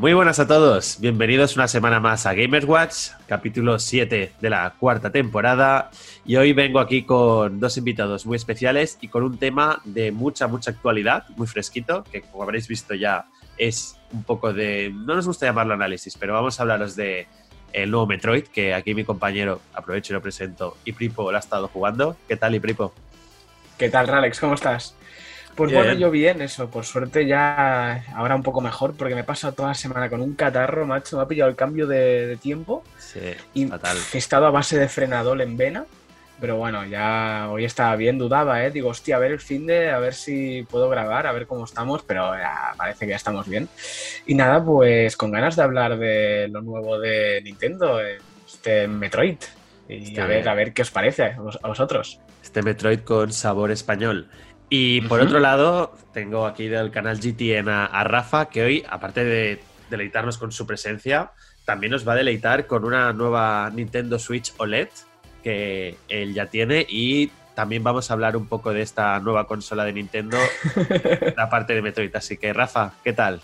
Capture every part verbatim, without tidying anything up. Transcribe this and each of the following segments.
Muy buenas a todos, bienvenidos una semana más a Gamers Watch, capítulo siete de la cuarta temporada, y hoy vengo aquí con dos invitados muy especiales y con un tema de mucha, mucha actualidad, muy fresquito, que como habréis visto ya es un poco de, no nos gusta llamarlo análisis, pero vamos a hablaros de el nuevo Metroid, que aquí mi compañero, aprovecho y lo presento, Ipripo lo ha estado jugando. ¿Qué tal, Ipripo? ¿Qué tal, Ralex? ¿Cómo estás? Pues Bien. bueno, yo bien, eso, por suerte ya ahora un poco mejor, porque me he pasado toda la semana con un catarro, macho, me ha pillado el cambio de, de tiempo Sí, y fatal. he estado a base de frenadol en vena, pero bueno, ya hoy estaba bien, dudaba, ¿eh? Digo, hostia, a ver el finde, a ver si puedo grabar, a ver cómo estamos, pero ya parece que ya estamos bien. Y nada, pues con ganas de hablar de lo nuevo de Nintendo, este Metroid, y Este- a ver, a ver qué os parece a vos- a vosotros. Este Metroid con sabor español. Y por Ujú. otro lado, tengo aquí del canal G T N a, a Rafa, que hoy, aparte de deleitarnos con su presencia, también nos va a deleitar con una nueva Nintendo Switch O L E D que él ya tiene, y también vamos a hablar un poco de esta nueva consola de Nintendo, la parte de Metroid. Así que, Rafa, ¿qué tal?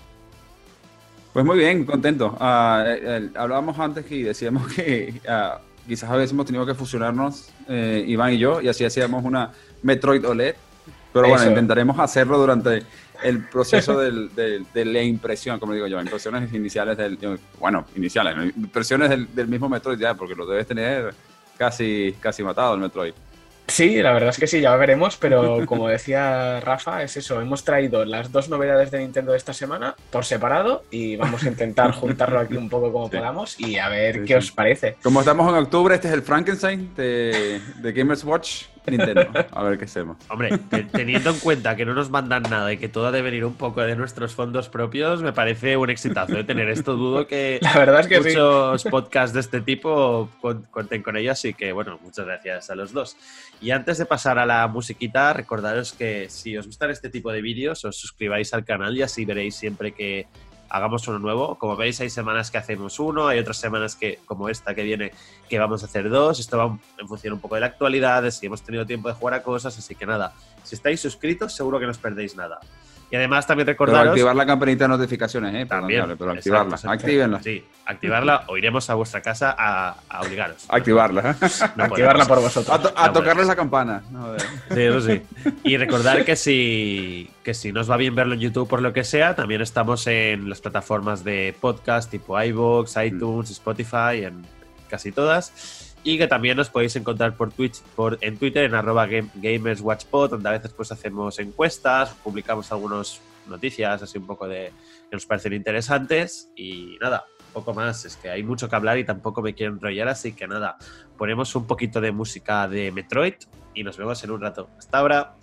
Pues muy bien, contento. Ah, eh, eh, hablábamos antes y decíamos que ah, quizás hubiésemos tenido que fusionarnos, eh, Iván y yo, y así hacíamos una Metroid O L E D. Pero bueno, Eso. intentaremos hacerlo durante el proceso del- del- de la impresión, como digo yo, impresiones iniciales del... Bueno, iniciales, ¿no? Impresiones del, del mismo Metroid ya, porque lo debes tener casi, casi matado el Metroid. Sí, la verdad es que sí, ya veremos, pero como decía Rafa, es eso, hemos traído las dos novedades de Nintendo de esta semana por separado y vamos a intentar juntarlo aquí un poco como Sí. podamos y a ver Sí, qué sí. os parece. Como estamos en octubre, este es el Frankenstein de, de Gamers Watch Nintendo. A ver qué hacemos. Hombre, te- teniendo en cuenta que no nos mandan nada y que todo ha de venir un poco de nuestros fondos propios, me parece un exitazo de tener esto. Dudo que La verdad es que sí. muchos podcasts de este tipo con- cuenten con ello, así que bueno, muchas gracias a los dos. Y antes de pasar a la musiquita, recordaros que si os gustan este tipo de vídeos, os suscribáis al canal y así veréis siempre que hagamos uno nuevo. Como veis, hay semanas que hacemos uno, hay otras semanas que, como esta que viene, que vamos a hacer dos. Esto va en función un poco de la actualidad, de si hemos tenido tiempo de jugar a cosas, así que nada, si estáis suscritos seguro que no os perdéis nada. Y además también Pero recordaros... activar la campanita de notificaciones, ¿eh? Perdón, También, Carlos, pero exacto, activarla. exacto. Actívenla. Sí, activarla o iremos a vuestra casa a, a obligaros. Activarla. No Activarla podemos. por vosotros. A, to- a No tocarles podemos. la campana. No, de- Sí, eso sí. Y recordar que si, que si no os va bien verlo en YouTube por lo que sea, también estamos en las plataformas de podcast tipo iVoox, iTunes, Spotify, en casi todas. Y que también nos podéis encontrar por Twitch, por, en Twitter, en arroba game- gamerswatchpod, donde a veces pues hacemos encuestas, publicamos algunas noticias así un poco de que nos parecen interesantes. Y nada, poco más. Es que hay mucho que hablar y tampoco me quiero enrollar, así que nada, ponemos un poquito de música de Metroid y nos vemos en un rato. Hasta ahora.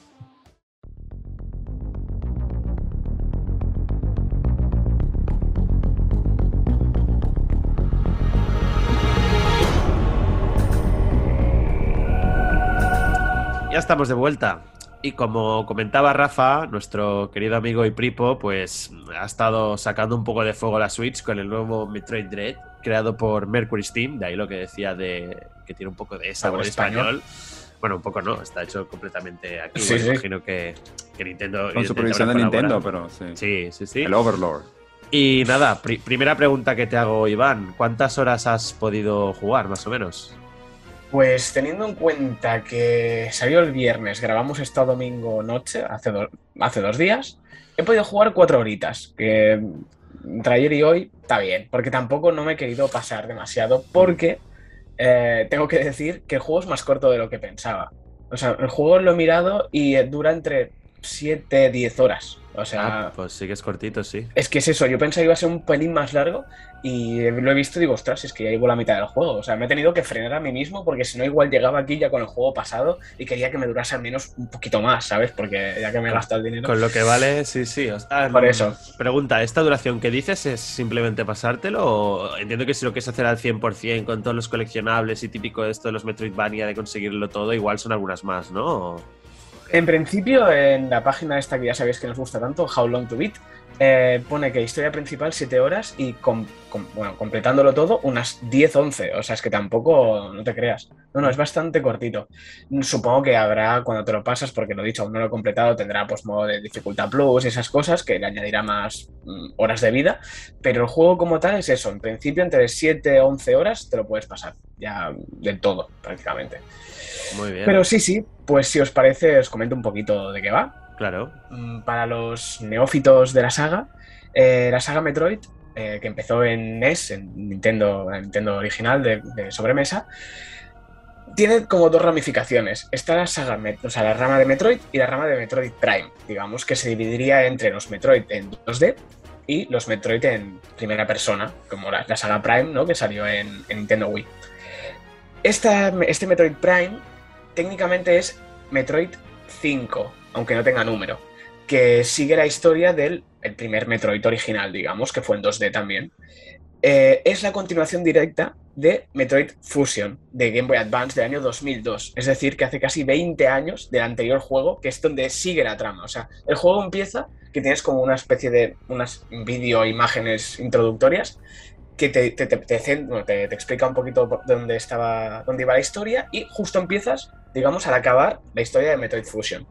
Ya estamos de vuelta. Y como comentaba Rafa, nuestro querido amigo Ipripo, pues ha estado sacando un poco de fuego a la Switch con el nuevo Metroid Dread, creado por Mercury Steam, de ahí lo que decía de que tiene un poco de sabor Sabor español. español. Bueno, un poco no, está hecho completamente aquí. Sí, Bueno, sí. imagino que, que Nintendo... Con evidentemente, supervisión de habrá Nintendo, colaborado. pero sí. Sí, sí, sí. El Overlord. Y nada, pri- primera pregunta que te hago, Iván. ¿Cuántas horas has podido jugar, más o menos? Pues teniendo en cuenta que salió el viernes, grabamos esto domingo noche, hace, do- hace dos días, he podido jugar cuatro horitas, que entre ayer y hoy está bien, porque tampoco no me he querido pasar demasiado, porque eh, tengo que decir que el juego es más corto de lo que pensaba. O sea, el juego lo he mirado y eh, dura entre siete a diez horas. O sea, Ah, pues sí que es cortito, sí. es que es eso, yo pensaba que iba a ser un pelín más largo y lo he visto y digo, ostras, es que ya llevo la mitad del juego. O sea, me he tenido que frenar a mí mismo porque si no igual llegaba aquí ya con el juego pasado y quería que me durase al menos un poquito más, ¿sabes? Porque ya que me he gastado el dinero. Con lo que vale, sí, sí. O sea, Por eso. Pregunta, ¿esta duración que dices es simplemente pasártelo? O entiendo que si lo quieres hacer al cien por ciento con todos los coleccionables y típico de esto de los Metroidvania de conseguirlo todo, igual son algunas más, ¿no? En principio, en la página esta que ya sabéis que nos gusta tanto, How Long to Beat, Eh, pone que historia principal siete horas y com, com, bueno, completándolo todo unas diez once, o sea, es que tampoco, no te creas. No, no, es bastante cortito. Supongo que habrá, cuando te lo pasas, porque lo he dicho, aún no lo he completado, tendrá pues modo de dificultad plus y esas cosas que le añadirá más mm, horas de vida, pero el juego como tal es eso, en principio entre siete a once horas te lo puedes pasar, ya del todo, prácticamente. Muy bien. Pero sí, sí, pues si os parece, os comento un poquito de qué va. Claro. Para los neófitos de la saga, eh, la saga Metroid, eh, que empezó en N E S, en Nintendo, en Nintendo original de, de sobremesa, tiene como dos ramificaciones. Está la saga, o sea, la rama de Metroid y la rama de Metroid Prime, digamos, que se dividiría entre los Metroid en dos D y los Metroid en primera persona, como la, la saga Prime, ¿no?, que salió en, en Nintendo Wii. Esta, este Metroid Prime técnicamente es Metroid cinco, aunque no tenga número, que sigue la historia del el primer Metroid original, digamos, que fue en dos D también. Eh, es la continuación directa de Metroid Fusion, de Game Boy Advance del año dos mil dos, es decir, que hace casi veinte años del anterior juego, que es donde sigue la trama. O sea, el juego empieza que tienes como una especie de unas vídeo imágenes introductorias que te, te, te, te, bueno, te, te explica un poquito dónde estaba, dónde iba la historia, y justo empiezas, digamos, al acabar la historia de Metroid Fusion.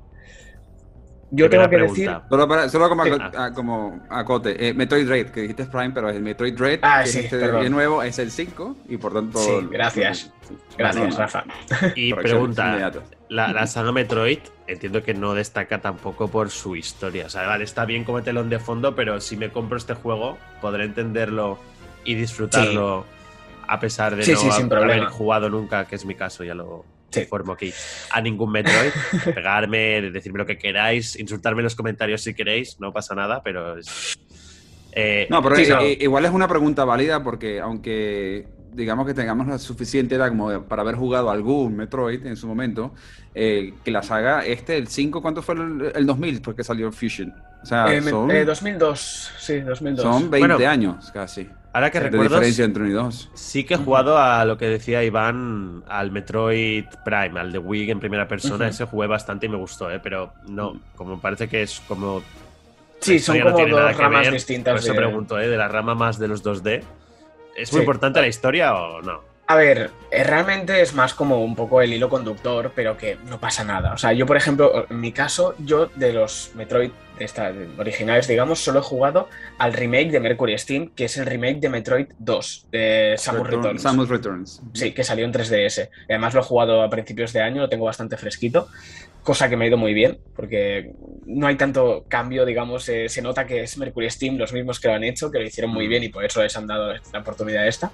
Yo Primera tengo que pregunta. decir... Solo, para, solo como, Sí. a, a- como acote, eh, Metroid Dread, que dijiste Prime, pero el Metroid Dread, Ah, que sí, es este perdón. bien nuevo, es el cinco, y por tanto... Sí, gracias. Gracias, no, Rafa. Y correcciones pregunta, inmediatas. la, la saga Metroid entiendo que no destaca tampoco por su historia. O sea, vale, está bien como telón de fondo, pero si me compro este juego, podré entenderlo y disfrutarlo a pesar de Sí, no sí, sin ha- problema. haber jugado nunca, que es mi caso, ya lo Sí. informo aquí, a ningún Metroid. Pegarme, decirme lo que queráis, insultarme en los comentarios si queréis, no pasa nada, pero es... eh, No, pero Sí, i- no. i- igual es una pregunta válida porque aunque digamos que tengamos la suficiente edad como de- para haber jugado algún Metroid en su momento, eh, que la saga este, el cinco, ¿cuánto fue el, el dos mil? Porque salió Fusion. O sea, Eh, me- son, eh, dos mil dos, sí, dos mil dos. son veinte Bueno, años casi ahora que de recuerdo, diferencia entre uno y dos. sí que he jugado a lo que decía Iván, al Metroid Prime, al de Wii en primera persona. Ujú. Ese jugué bastante y me gustó, ¿eh? Pero no, como parece que es como... Sí, la son historia no como tiene nada dos que ramas ver, distintas. Por eso de- pregunto, ¿eh? De la rama más de los dos D. ¿Es muy Sí. importante la historia o no? A ver, eh, realmente es más como un poco el hilo conductor, pero que no pasa nada. O sea, yo, por ejemplo, en mi caso, yo de los Metroid de esta- de originales, digamos, solo he jugado al remake de Mercury Steam, que es el remake de Metroid dos, de Samus Return- Returns. Samus Returns. Sí, que salió en tres D S. Y además lo he jugado a principios de año, lo tengo bastante fresquito, cosa que me ha ido muy bien, porque no hay tanto cambio, digamos, eh, se nota que es Mercury Steam, los mismos que lo han hecho, que lo hicieron muy bien y por eso les han dado la oportunidad esta.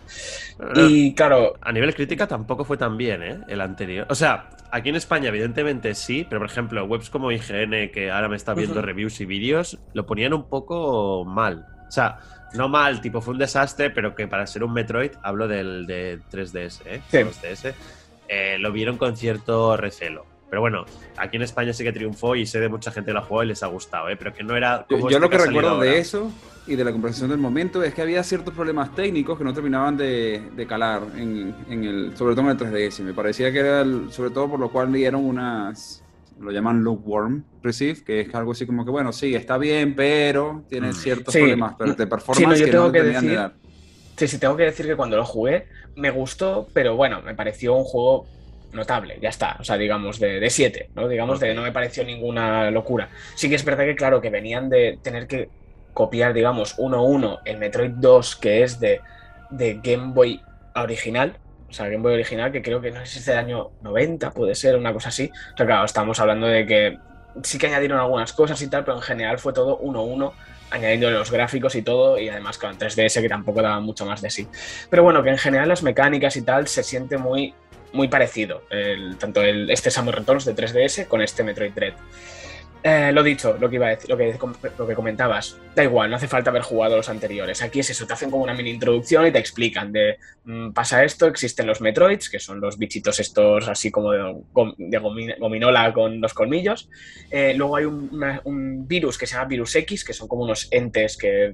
Y claro, A nivel crítica tampoco fue tan bien, ¿eh? El anterior. O sea, aquí en España evidentemente sí, pero por ejemplo, webs como I G N, que ahora me está viendo Ujú. reviews y vídeos, lo ponían un poco mal. O sea, no mal, tipo fue un desastre, pero que para ser un Metroid, hablo del de tres D S, ¿eh? Sí. dos D S, eh, lo vieron con cierto recelo. Pero bueno, aquí en España sí que triunfó y sé de mucha gente que lo ha jugado y les ha gustado, ¿eh? Pero que no era Yo, como yo este lo que ha salido recuerdo de ahora. eso y de la conversación del momento es que había ciertos problemas técnicos que no terminaban de, de calar, en, en el, sobre todo en el tres D S. Me parecía que era el- sobre todo por lo cual dieron unas, lo llaman lukewarm receive, que es algo así como que, bueno, sí, está bien, pero tiene Mm. ciertos Sí. problemas pero de Sí, performance no, yo que tengo no que terminan de decir- dar. sí, sí, tengo que decir que cuando lo jugué me gustó, pero bueno, me pareció un juego notable, ya está, o sea, digamos de siete, ¿no? Digamos, de Ok. no me pareció ninguna locura. Sí que es verdad que, claro, que venían de tener que copiar, digamos, uno a uno el Metroid dos, que es de, de Game Boy original, o sea, Game Boy original, que creo que no sé si es del año noventa, puede ser, una cosa así. O sea, claro, estamos hablando de que sí que añadieron algunas cosas y tal, pero en general fue todo uno a uno, añadiendo los gráficos y todo, y además con tres D S que tampoco daba mucho más de sí. Pero bueno, que en general las mecánicas y tal se siente muy, muy parecido, el, tanto el, este Samus Returns de tres D S con este Metroid Dread. Eh, lo dicho, lo que iba a decir, lo que, lo que comentabas, da igual, no hace falta haber jugado los anteriores. Aquí es eso, te hacen como una mini introducción y te explican de mmm, pasa esto, existen los Metroids, que son los bichitos estos así como de, de gominola con los colmillos. Eh, luego hay un, una, un virus que se llama Virus X, que son como unos entes que,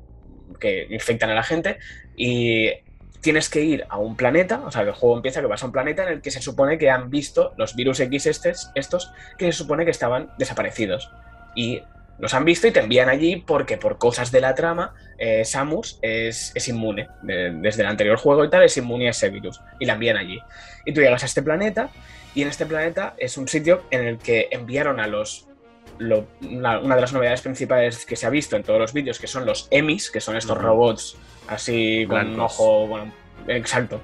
que infectan a la gente, y tienes que ir a un planeta, o sea, el juego empieza que vas a un planeta en el que se supone que han visto los virus X estes, estos, que se supone que estaban desaparecidos. Y los han visto y te envían allí porque por cosas de la trama eh, Samus es, es inmune. De, desde el anterior juego y tal es inmune a ese virus y la envían allí. Y tú llegas a este planeta y en este planeta es un sitio en el que enviaron a los... Lo, una, una de las novedades principales que se ha visto en todos los vídeos, que son los Emis, que son estos uh-huh. robots así con un ojo... Bueno, exacto.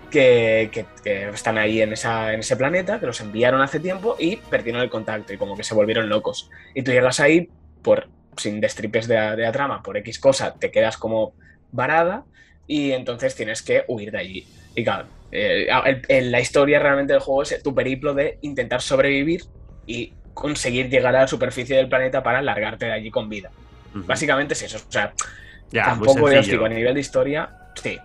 Que, que, que están ahí en, esa, en ese planeta, que los enviaron hace tiempo y perdieron el contacto y como que se volvieron locos. Y tú llegas ahí, por sin destripes de la, de la trama, por X cosa, te quedas como varada y entonces tienes que huir de allí. Y claro, eh, el, el, la historia realmente del juego es tu periplo de intentar sobrevivir y conseguir llegar a la superficie del planeta para largarte de allí con vida. Uh-huh. Básicamente es eso. O sea, ya, tampoco de hostigo a nivel de historia, sí.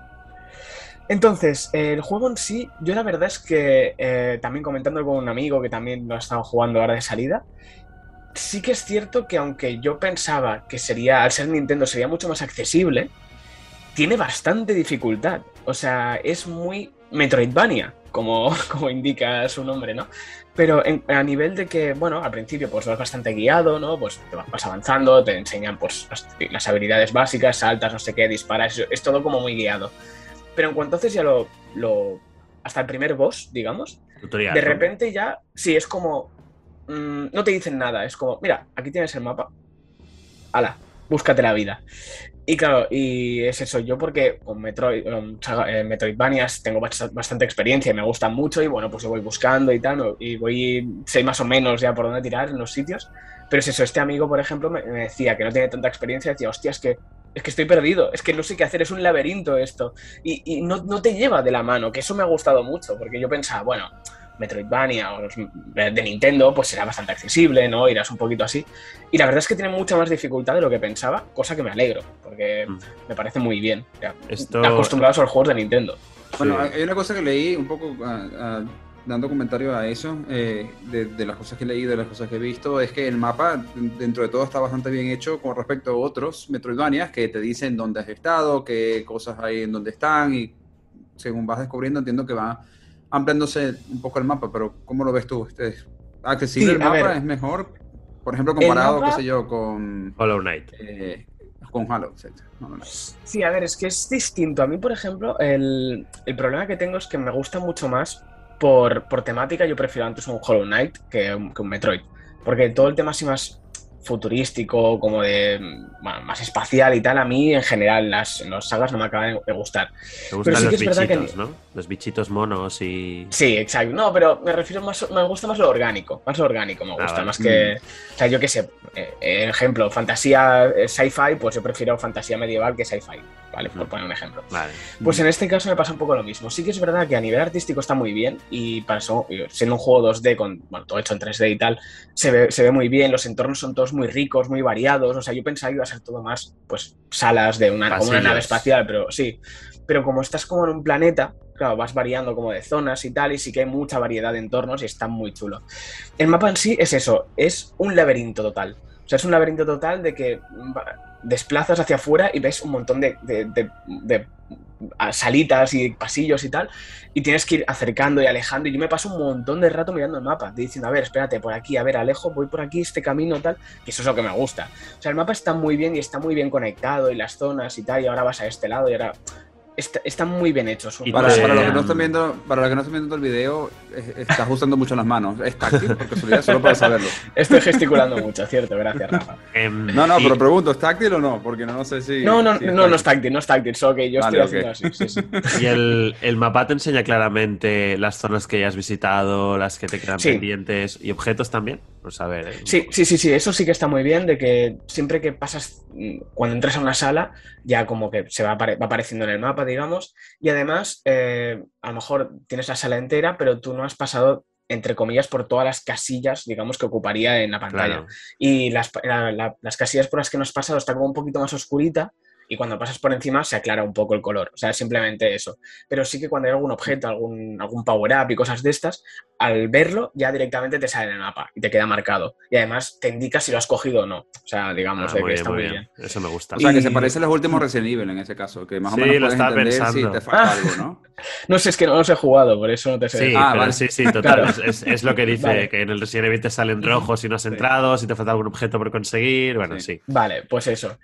Entonces, eh, el juego en sí, yo la verdad es que eh, también comentando con un amigo que también lo ha estado jugando ahora de salida, sí que es cierto que aunque yo pensaba que sería, al ser Nintendo, sería mucho más accesible, tiene bastante dificultad. O sea, es muy Metroidvania, como, como indica su nombre, ¿no? Pero en, a nivel de que, bueno, al principio pues vas bastante guiado, ¿no? Pues te vas avanzando, te enseñan pues las, las habilidades básicas, saltas, no sé qué, disparas, es, es todo como muy guiado. Pero en cuanto haces ya lo, lo... hasta el primer boss, digamos, tutorial, de ¿no? repente ya, sí, es como... Mmm, no te dicen nada, es como, mira, aquí tienes el mapa. Hala, búscate la vida. Y claro, y es eso, yo porque con Metroid, um, eh, Metroidvanias tengo bastante experiencia y me gustan mucho y bueno, pues yo voy buscando y tal, y voy, sé más o menos ya por dónde tirar en los sitios. Pero es eso, este amigo, por ejemplo, me, me decía que no tiene tanta experiencia, decía, hostia, es que es que estoy perdido, es que no sé qué hacer, es un laberinto esto. Y, y no, no te lleva de la mano, que eso me ha gustado mucho, porque yo pensaba, bueno, Metroidvania o los de Nintendo, pues será bastante accesible, ¿no? Irás un poquito así. Y la verdad es que tiene mucha más dificultad de lo que pensaba, cosa que me alegro, porque mm. me parece muy bien. Ya, Esto... acostumbrados a los juegos de Nintendo. Bueno, sí. Hay una cosa que leí un poco... Uh, uh... dando comentarios a eso, eh, de, de las cosas que he leído, de las cosas que he visto, es que el mapa, dentro de todo, está bastante bien hecho con respecto a otros Metroidvanias que te dicen dónde has estado, qué cosas hay en dónde están, y según vas descubriendo, entiendo que va ampliándose un poco el mapa, pero ¿cómo lo ves tú? ¿Es accesible sí, el mapa? Ver. ¿Es mejor? Por ejemplo, comparado, mapa... qué sé yo, con... Hollow Knight. Eh, con Halo, exacto. Hollow Knight. Sí, a ver, es que es distinto. A mí, por ejemplo, el, el problema que tengo es que me gusta mucho más Por, por temática, yo prefiero antes un Hollow Knight que un, que un Metroid. Porque todo el tema así más futurístico, como de bueno, más espacial y tal, a mí en general las, las sagas no me acaban de gustar. Te gustan sí los bichitos, que... ¿no? Los bichitos monos y... Sí, exacto. No, pero me refiero más, me gusta más lo orgánico. Más lo orgánico me gusta, ah, vale. más que... O sea, yo qué sé, eh, ejemplo, fantasía eh, sci-fi, pues yo prefiero fantasía medieval que sci-fi, ¿vale? Por poner un ejemplo. Vale. Pues en este caso me pasa un poco lo mismo. Sí que es verdad que a nivel artístico está muy bien y para eso, siendo un juego dos D con, bueno, todo hecho en tres D y tal, se ve, se ve muy bien, los entornos son todos muy ricos, muy variados, o sea, yo pensaba que iba a ser todo más, pues, salas de una, como una nave espacial, pero sí, pero como estás como en un planeta, claro, vas variando como de zonas y tal, y sí que hay mucha variedad de entornos y está muy chulo. El mapa en sí es eso, es un laberinto total, o sea, es un laberinto total de que desplazas hacia afuera y ves un montón de, de, de, de salitas y pasillos y tal, y tienes que ir acercando y alejando, y yo me paso un montón de rato mirando el mapa, diciendo, a ver, espérate, por aquí, a ver, alejo, voy por aquí, este camino, tal, que eso es lo que me gusta. O sea, el mapa está muy bien y está muy bien conectado, y las zonas y tal, y ahora vas a este lado, y ahora... Está, está muy bien hecho. Y para, para, los que no están viendo, para los que no están viendo el video, estás usando mucho las manos. Es táctil, porque casualidad solo para saberlo. Estoy gesticulando mucho, cierto, gracias, Rafa. Um, no, no, y... pero pregunto, ¿es táctil o no? Porque no, no sé si... No, no, si no, no es táctil, no es táctil, solo que yo vale, estoy okay. haciendo así. Sí, sí. Y el, el mapa te enseña claramente las zonas que ya has visitado, las que te quedan sí. pendientes y objetos también. Pues a ver. ¿eh? Sí, sí, sí, sí, eso sí que está muy bien, de que siempre que pasas, cuando entras a una sala, ya como que se va, apare- va apareciendo en el mapa, digamos, y además, eh, a lo mejor tienes la sala entera, pero tú no has pasado, entre comillas, por todas las casillas, digamos, que ocuparía en la pantalla. Claro. Y las, la, la, las casillas por las que no has pasado está como un poquito más oscurita, y cuando pasas por encima se aclara un poco el color, o sea, es simplemente eso. Pero sí que cuando hay algún objeto, algún, algún power-up y cosas de estas, al verlo ya directamente te sale en el mapa y te queda marcado. Y además te indica si lo has cogido o no. O sea, digamos, ah, de muy que bien, está muy muy bien. bien. Eso me gusta. O sea, que se parece a los últimos Resident Evil en ese caso, que más o sí, menos lo puedes estaba entender pensando. si te falta algo, ¿no? No sé, es que no los he jugado, por eso no te sé Sí, decir. Ah, pero vale. sí, sí, total. Claro. Es, es- es lo que dice, Vale. que en el Resident Evil te salen rojos si no has Sí. entrado, si te falta algún objeto por conseguir. Bueno, Sí. sí. Vale, pues eso.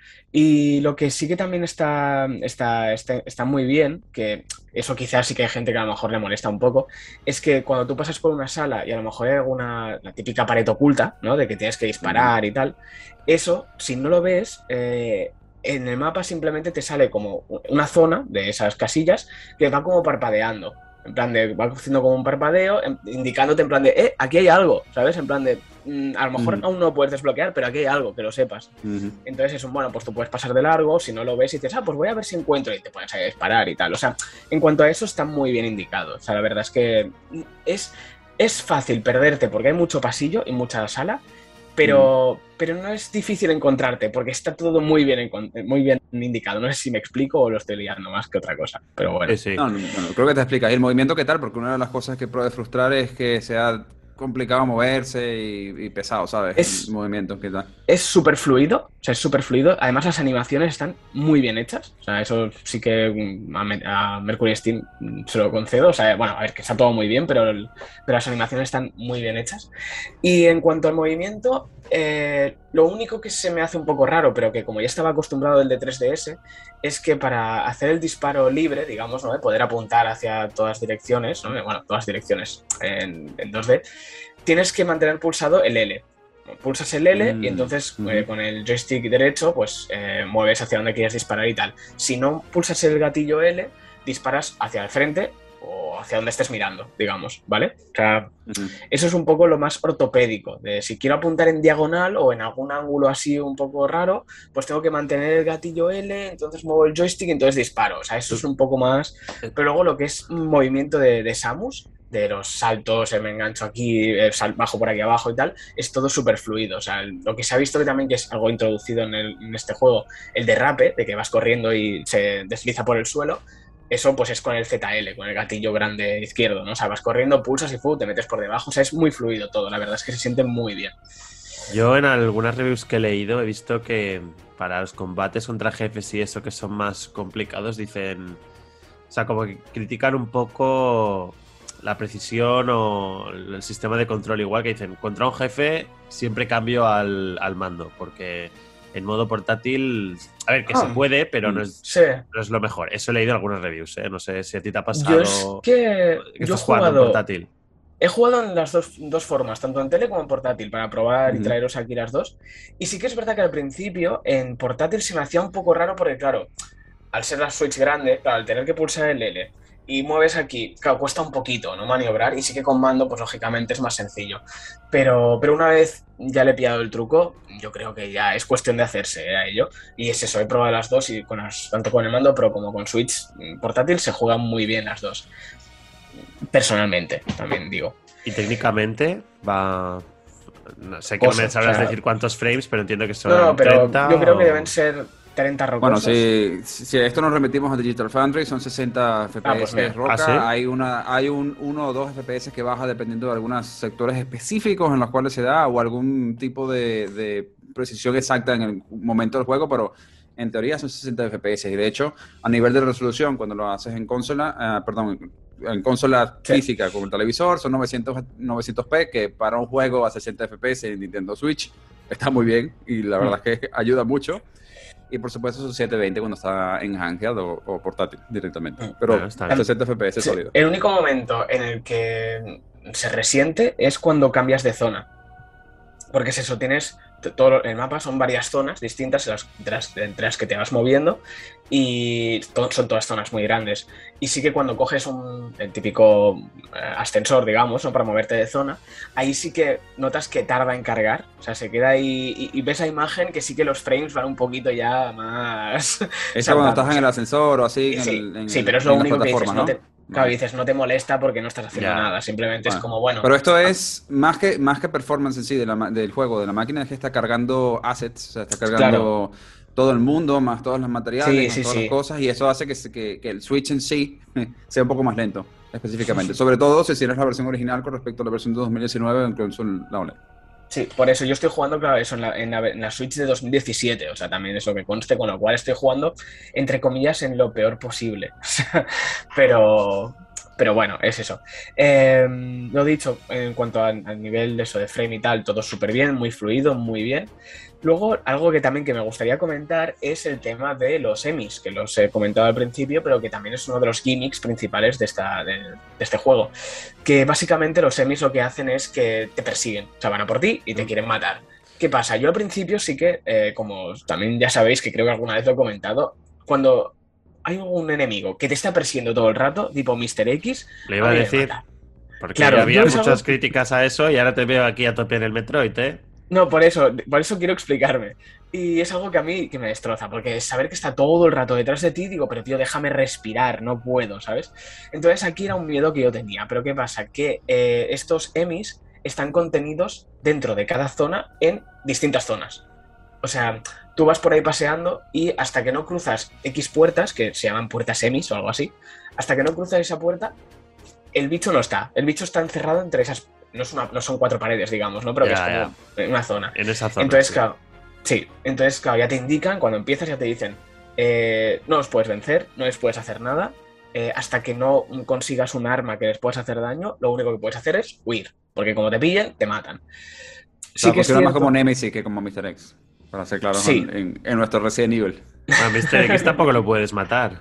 Y lo que sí que también está, está, está, está muy bien, que eso quizás sí que hay gente que a lo mejor le molesta un poco, es que cuando tú pasas por una sala y a lo mejor hay alguna, la típica pared oculta, ¿no? De que tienes que disparar y tal, eso, si no lo ves, eh, en el mapa simplemente te sale como una zona de esas casillas que va como parpadeando. En plan de, va haciendo como un parpadeo, en- indicándote en plan de, eh, aquí hay algo, ¿sabes? En plan de, mm, a lo mejor Ujú. aún no puedes desbloquear, pero aquí hay algo, que lo sepas. Ujú. Entonces es un, bueno, pues tú puedes pasar de largo, si no lo ves y dices, ah, pues voy a ver si encuentro y te pones a disparar y tal. O sea, en cuanto a eso está muy bien indicado. O sea, la verdad es que es, es fácil perderte porque hay mucho pasillo y mucha sala, pero, pero no es difícil encontrarte porque está todo muy bien, encon- muy bien indicado. No sé si me explico o lo estoy liando más que otra cosa, pero bueno. Sí, sí. No, no, no, creo que te explicas. ¿Y el movimiento qué tal? Porque una de las cosas que puede frustrar es que sea complicado moverse y, y pesado, ¿sabes? Es- El movimiento, ¿qué tal? Es súper fluido, o sea, es súper fluido. Además, las animaciones están muy bien hechas. O sea, eso sí que mm, a, Me- a Mercury Steam mm, se lo concedo. O sea, bueno, a ver, que está todo muy bien, pero, el- pero las animaciones están muy bien hechas. Y en cuanto al movimiento, eh, lo único que se me hace un poco raro, pero que como ya estaba acostumbrado del de tres D S, es que para hacer el disparo libre, digamos, ¿no? De poder apuntar hacia todas direcciones, ¿no? Bueno, todas direcciones en, en dos D, tienes que mantener pulsado el L. Pulsas el L Mm, y entonces ujú. eh, con el joystick derecho pues eh, mueves hacia donde quieres disparar y tal. Si no pulsas el gatillo L, disparas hacia el frente o hacia donde estés mirando, digamos, ¿vale? O sea, Ujú. eso es un poco lo más ortopédico, de si quiero apuntar en diagonal o en algún ángulo así un poco raro, pues tengo que mantener el gatillo L, entonces muevo el joystick y entonces disparo. O sea, eso es un poco más... Pero luego lo que es un movimiento de, de Samus, de los saltos, eh, me engancho aquí, eh, sal, bajo por aquí abajo y tal, es todo súper fluido. O sea, el- lo que se ha visto que también que es algo introducido en, el- en este juego, el derrape, de que vas corriendo y se desliza por el suelo, eso pues es con el Z L, con el gatillo grande izquierdo, ¿no? O sea, vas corriendo, pulsas y fu, te metes por debajo. O sea, es muy fluido todo, la verdad es que se siente muy bien. Yo en algunas reviews que he leído he visto que para los combates contra jefes y eso que son más complicados dicen, o sea, como que critican un poco la precisión o el sistema de control, igual que dicen, contra un jefe siempre cambio al, al mando, porque en modo portátil, a ver, que Ah, se puede, pero no es, Sí. no es lo mejor. Eso he leído en algunas reviews, ¿eh? No sé si a ti te ha Yo pasado es que que yo he estás jugando en jugado, portátil. he jugado en las dos, dos formas, tanto en tele como en portátil, para probar y Ujú. traeros aquí las dos. Y sí que es verdad que al principio en portátil se me hacía un poco raro porque, claro, al ser la Switch grande, claro, al tener que pulsar el L y mueves aquí, claro, cuesta un poquito, ¿no? Maniobrar, y sí que con mando, pues lógicamente es más sencillo. Pero, pero una vez ya le he pillado el truco, yo creo que ya es cuestión de hacerse ¿eh? a ello. Y es eso, he probado las dos y con las, tanto con el mando, pero como con Switch mm, portátil se juegan muy bien las dos. Personalmente, también digo. Y técnicamente va... No sé que no me Cosas, sabrás o sea- decir cuántos frames, pero entiendo que son No, no, pero treinta yo creo que o- deben ser treinta Bueno, rocosos. si, si si a esto nos remitimos a Digital Foundry, son sesenta F P S Ah, pues mira. roca. ¿Ah, sí? Hay una, hay un uno o dos F P S que baja dependiendo de algunos sectores específicos en los cuales se da o algún tipo de, de precisión exacta en el momento del juego, pero en teoría son sesenta F P S. Y de hecho, a nivel de resolución, cuando lo haces en consola, eh, perdón, en consola Sí. física como el televisor, son novecientos, novecientos p, que para un juego a sesenta F P S en Nintendo Switch está muy bien y la verdad es que ayuda mucho. Y por supuesto son setecientos veinte cuando está en handheld o, o portátil directamente. Mm. Pero Bueno, está bien. sesenta F P S Sí, sólido. el único momento en el que se resiente es cuando cambias de zona. Porque es eso, tienes t- todo el mapa, son varias zonas distintas en las- de las- entre las que te vas moviendo y to- son todas zonas muy grandes. Y sí que cuando coges un el típico eh, ascensor, digamos, ¿no? Para moverte de zona, ahí sí que notas que tarda en cargar. O sea, se queda ahí y, y ves la imagen que sí que los frames van un poquito ya más... Eso cuando saltando, estás o en sea, el ascensor o así, en, Sí, el, en, sí, el- pero es lo en las único que dices, plataformas, no ¿no? te, claro, Vale. dices, no te molesta porque no estás haciendo Ya. nada, simplemente es Bueno. como, bueno, Pero esto es más que, más que performance en sí de la ma- del juego, de la máquina, es que está cargando assets, o sea, está cargando todo el mundo, más todos los materiales, Sí, más sí, todas sí. las cosas, y eso hace que, se- que, que el Switch en sí sea un poco más lento, específicamente. Sobre todo si tienes la versión original con respecto a la versión de dos mil diecinueve en console la O L E D. Sí, por eso yo estoy jugando, claro, eso en la, en la, en la Switch de dos mil diecisiete, o sea, también eso que conste, con lo cual estoy jugando, entre comillas, en lo peor posible. pero, pero bueno, es eso. Eh, lo dicho, en cuanto al nivel de eso de frame y tal, todo súper bien, muy fluido, muy bien. Luego, algo que también que me gustaría comentar es el tema de los emis, que los he comentado al principio, pero que también es uno de los gimmicks principales de, esta, de, de este juego. Que básicamente los emis lo que hacen es que te persiguen, o sea, van a por ti y te quieren matar. ¿Qué pasa? Yo al principio sí que, eh, como también ya sabéis, que creo que alguna vez lo he comentado, cuando hay un enemigo que te está persiguiendo todo el rato, tipo míster X, Le iba a, a decir, porque claro, había muchas algo... críticas a eso y ahora te veo aquí a tope en el Metroid, ¿eh? No, por eso, por eso quiero explicarme. Y es algo que a mí que me destroza, porque saber que está todo el rato detrás de ti, digo, pero tío, déjame respirar, no puedo, ¿sabes? Entonces aquí era un miedo que yo tenía, pero ¿qué pasa? Que eh, estos emis están contenidos dentro de cada zona en distintas zonas. O sea, tú vas por ahí paseando y hasta que no cruzas X puertas, que se llaman puertas emis o algo así, hasta que no cruzas esa puerta, el bicho no está. El bicho está encerrado entre esas... No, es una, no son cuatro paredes, digamos, ¿no? Pero ya, que es como ya. en una zona. En esa zona. Entonces, sí. claro, sí. Entonces, claro, ya te indican, cuando empiezas ya te dicen, eh, no os puedes vencer, no les puedes hacer nada, eh, hasta que no consigas un arma que les puedas hacer daño, lo único que puedes hacer es huir, porque como te pillen, te matan. Sí, Sí que es funciona cierto... más como Nemesis que como míster X, para ser claros Sí. en, en nuestro Resident Evil. A míster X tampoco lo puedes matar.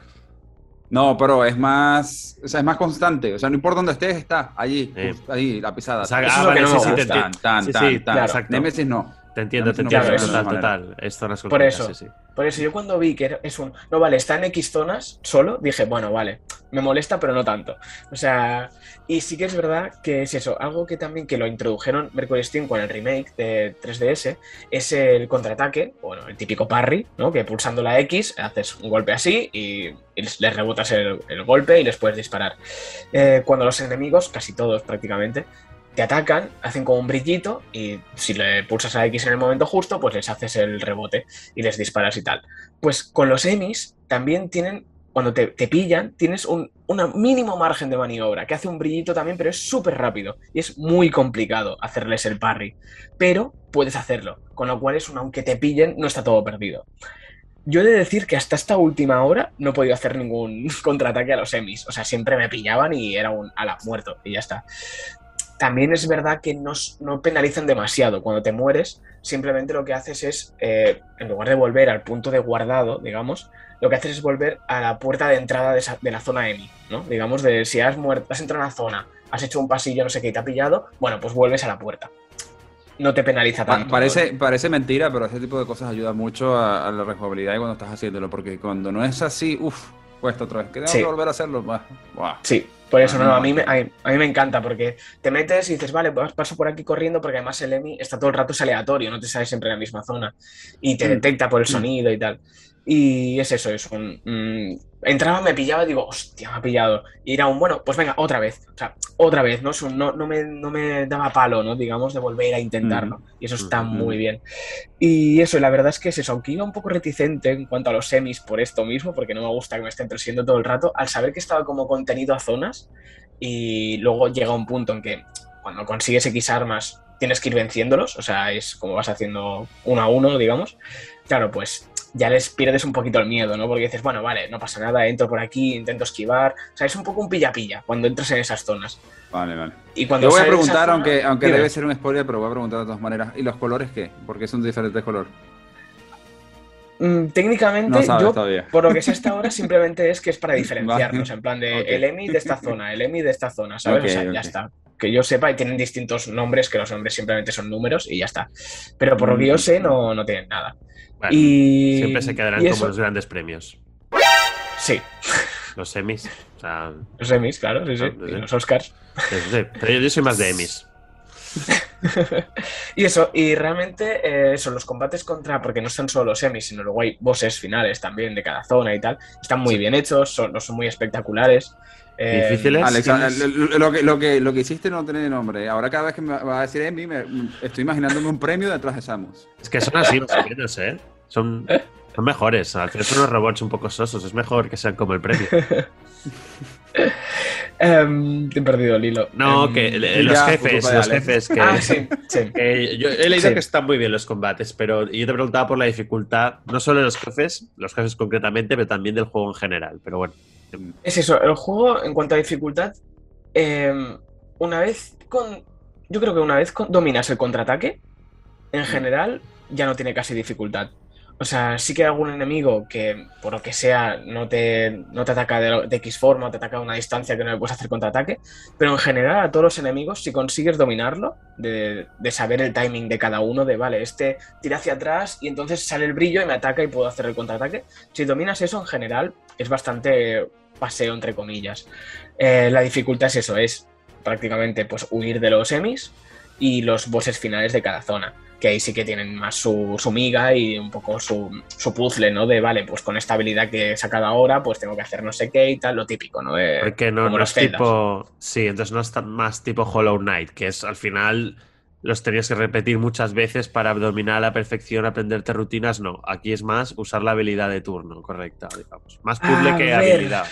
No, pero es más, o sea, es más constante. O sea, no importa dónde estés, está allí, Sí. justo ahí, la pisada. O sea, Eso ah, es lo vale, que no sí, me sí, te gusta. entiendo. Tan, Sí, tan, sí, tan. exacto. Nemesis no. Te entiendo, te Nemesis no entiendo. funciona Total, de esa total. Es zonas Por concretas, eso, sí, sí. por eso yo cuando vi que es un... No, vale, está en X zonas solo, dije, bueno, vale, me molesta, pero no tanto. O sea, y sí que es verdad que es eso, algo que también que lo introdujeron Mercury Steam con el remake de tres D S, es el contraataque, bueno, el típico parry, ¿no? Que pulsando la X haces un golpe así y, y les, les rebotas el, el golpe y les puedes disparar. Eh, cuando los enemigos, casi todos prácticamente, te atacan, hacen como un brillito y si le pulsas a X en el momento justo, pues les haces el rebote y les disparas y tal. Pues con los emis también tienen, cuando te, te pillan, tienes un una mínimo margen de maniobra, que hace un brillito también, pero es súper rápido y es muy complicado hacerles el parry. Pero puedes hacerlo, con lo cual es un aunque te pillen, no está todo perdido. Yo he de decir que hasta esta última hora no he podido hacer ningún contraataque a los emis. O sea, siempre me pillaban y era un ala, muerto y ya está. También es verdad que no, no penalizan demasiado. Cuando te mueres, simplemente lo que haces es, eh, en lugar de volver al punto de guardado, digamos, lo que haces es volver a la puerta de entrada de, esa, de la zona E M I, ¿no? Digamos, de si has muerto, has entrado a una zona, has hecho un pasillo, no sé qué, y te ha pillado, bueno, pues vuelves a la puerta. No te penaliza tanto. Parece, parece mentira, pero ese tipo de cosas ayuda mucho a, a la rejugabilidad cuando estás haciéndolo, porque cuando no es así, uff, cuesta otra vez. Que tengo sí. que volver a hacerlo. Bah, bah. Sí, por eso, ah, no, a mí, me, a, mí, a mí me encanta, porque te metes y dices, vale, pues paso por aquí corriendo, porque además el E M I está todo el rato es aleatorio, no te sale siempre en la misma zona, y te mm. detecta por el sonido y tal. Y es eso, es un... Mmm, entraba, me pillaba y digo, hostia, me ha pillado. Y era un, bueno, pues venga, otra vez. O sea, otra vez, ¿no? No, no, me, no me daba palo, ¿no? Digamos, de volver a intentarlo. Mm. Y eso está mm. muy bien. Y eso, la verdad es que es eso. Aunque iba un poco reticente en cuanto a los semis por esto mismo, porque no me gusta que me estén persiguiendo todo el rato, al saber que estaba como contenido a zonas y luego llega un punto en que cuando consigues X armas tienes que ir venciéndolos, o sea, es como vas haciendo uno a uno, digamos. Claro, pues ya les pierdes un poquito el miedo, ¿no? Porque dices, bueno, vale, no pasa nada, entro por aquí, intento esquivar. O sea, es un poco un pilla-pilla cuando entras en esas zonas. Vale, vale. Y cuando yo voy a preguntar, zona, aunque, aunque dime. debe ser un spoiler, pero voy a preguntar de todas maneras. ¿Y los colores qué? ¿Por qué son de diferentes colores? Mm, técnicamente, no sabes yo, todavía. por lo que sé hasta ahora, simplemente es que es para diferenciarnos, vale. En plan de okay. el E M I de esta zona, el E M I de esta zona, ¿sabes? Okay, o sea, okay. ya está. Que yo sepa, y tienen distintos nombres, que los nombres simplemente son números y ya está. Pero por lo que yo sé, no, no tienen nada. Bueno, y siempre se quedarán como los grandes premios. Sí. Los Emmys. O sea, los Emmys, claro, sí, sí. No, y los Oscars. Sí, sí. Pero yo, yo soy más de Emmys. Y eso, y realmente eh, son los combates contra, porque no son solo los Emmys, sino luego hay bosses finales también de cada zona y tal. Están muy sí. bien hechos, son, no son muy espectaculares. Eh, ¿Difíciles? Alex, lo, lo, que, lo, que, lo que hiciste no tiene nombre. Ahora cada vez que me va a decir Emmy, me, estoy imaginándome un premio detrás de Samus. Es que son así los premios, ¿eh? Son, son mejores. Al final son unos robots un poco sosos. Es mejor que sean como el premio. Um, he perdido el hilo. No, um, que eh, los ya, jefes, pues, los vale. jefes que, Ah, sí, sí. que yo he leído Sí. que están muy bien los combates, pero yo te preguntaba por la dificultad, no solo de los jefes, los jefes concretamente, pero también del juego en general. Pero bueno, Es eso, el juego en cuanto a dificultad, eh, una vez con... Yo creo que una vez con- dominas el contraataque, en general ya no tiene casi dificultad. O sea, sí que hay algún enemigo que, por lo que sea, no te, no te ataca de, de X forma, o te ataca a una distancia que no le puedes hacer contraataque, pero en general a todos los enemigos, si consigues dominarlo, de, de saber el timing de cada uno, de vale, este tira hacia atrás y entonces sale el brillo y me ataca y puedo hacer el contraataque, si dominas eso en general es bastante paseo, entre comillas. Eh, la dificultad es eso, es prácticamente pues huir de los emis y los bosses finales de cada zona, que ahí sí que tienen más su, su miga y un poco su, su puzzle, ¿no? De, vale, pues con esta habilidad que he sacado ahora, pues tengo que hacer no sé qué y tal, lo típico, ¿no? De, porque no, como no los es Zeldas. tipo. Sí, entonces no es tan más tipo Hollow Knight, que es al final los tenías que repetir muchas veces para dominar a la perfección, aprenderte rutinas. No, aquí es más usar la habilidad de turno, correcta, digamos. Más puzzle A que ver. habilidad.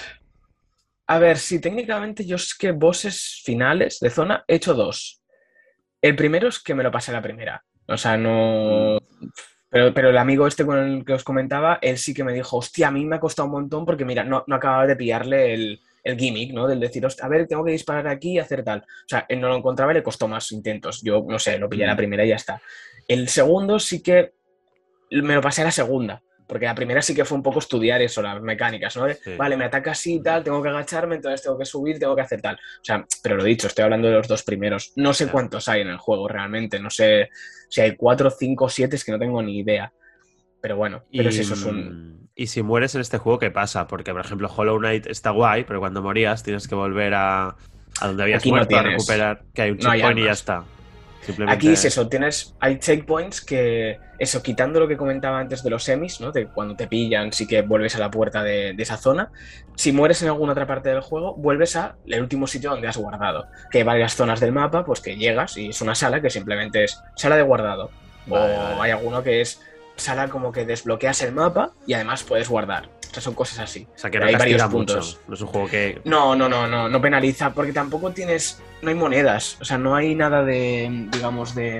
A ver, sí, técnicamente yo es que bosses finales de zona he hecho dos. El primero es que me lo pasé a la primera. O sea, no... Pero, pero el amigo este con el que os comentaba, él sí que me dijo, hostia, a mí me ha costado un montón porque, mira, no, no acababa de pillarle el, el gimmick, ¿no? Del decir, hostia, a ver, tengo que disparar aquí y hacer tal. O sea, él no lo encontraba y le costó más intentos. Yo, no sé, lo pillé a la Mm. primera y ya está. El segundo sí que me lo pasé a la segunda. Porque la primera sí que fue un poco estudiar eso, las mecánicas, ¿no? De, Sí. vale, me ataca así y tal, tengo que agacharme, entonces tengo que subir, tengo que hacer tal. O sea, pero lo dicho, estoy hablando de los dos primeros. No sé Ya. cuántos hay en el juego realmente, no sé si hay cuatro, cinco, siete, es que no tengo ni idea. Pero bueno, pero Y, es eso, es un... y si mueres en este juego, ¿qué pasa? Porque, por ejemplo, Hollow Knight está guay, pero cuando morías tienes que volver a, a donde habías Aquí no muerto a tienes. recuperar, que hay un No hay checkpoint y ya almas. está. Simplemente... Aquí es eso, tienes, hay checkpoints que, eso, quitando lo que comentaba antes de los semis, ¿no? De cuando te pillan, sí que vuelves a la puerta de, de esa zona. Si mueres en alguna otra parte del juego, vuelves al último sitio donde has guardado. Que hay varias zonas del mapa, pues que llegas y es una sala que simplemente es sala de guardado. Vale, o vale. hay alguno que es sala como que desbloqueas el mapa y además puedes guardar. O sea, son cosas así. O sea, que Pero no hay castiga varios mucho. puntos. No es un juego que... No, no, no, no, no penaliza, porque tampoco tienes, no hay monedas, o sea, no hay nada de, digamos, de,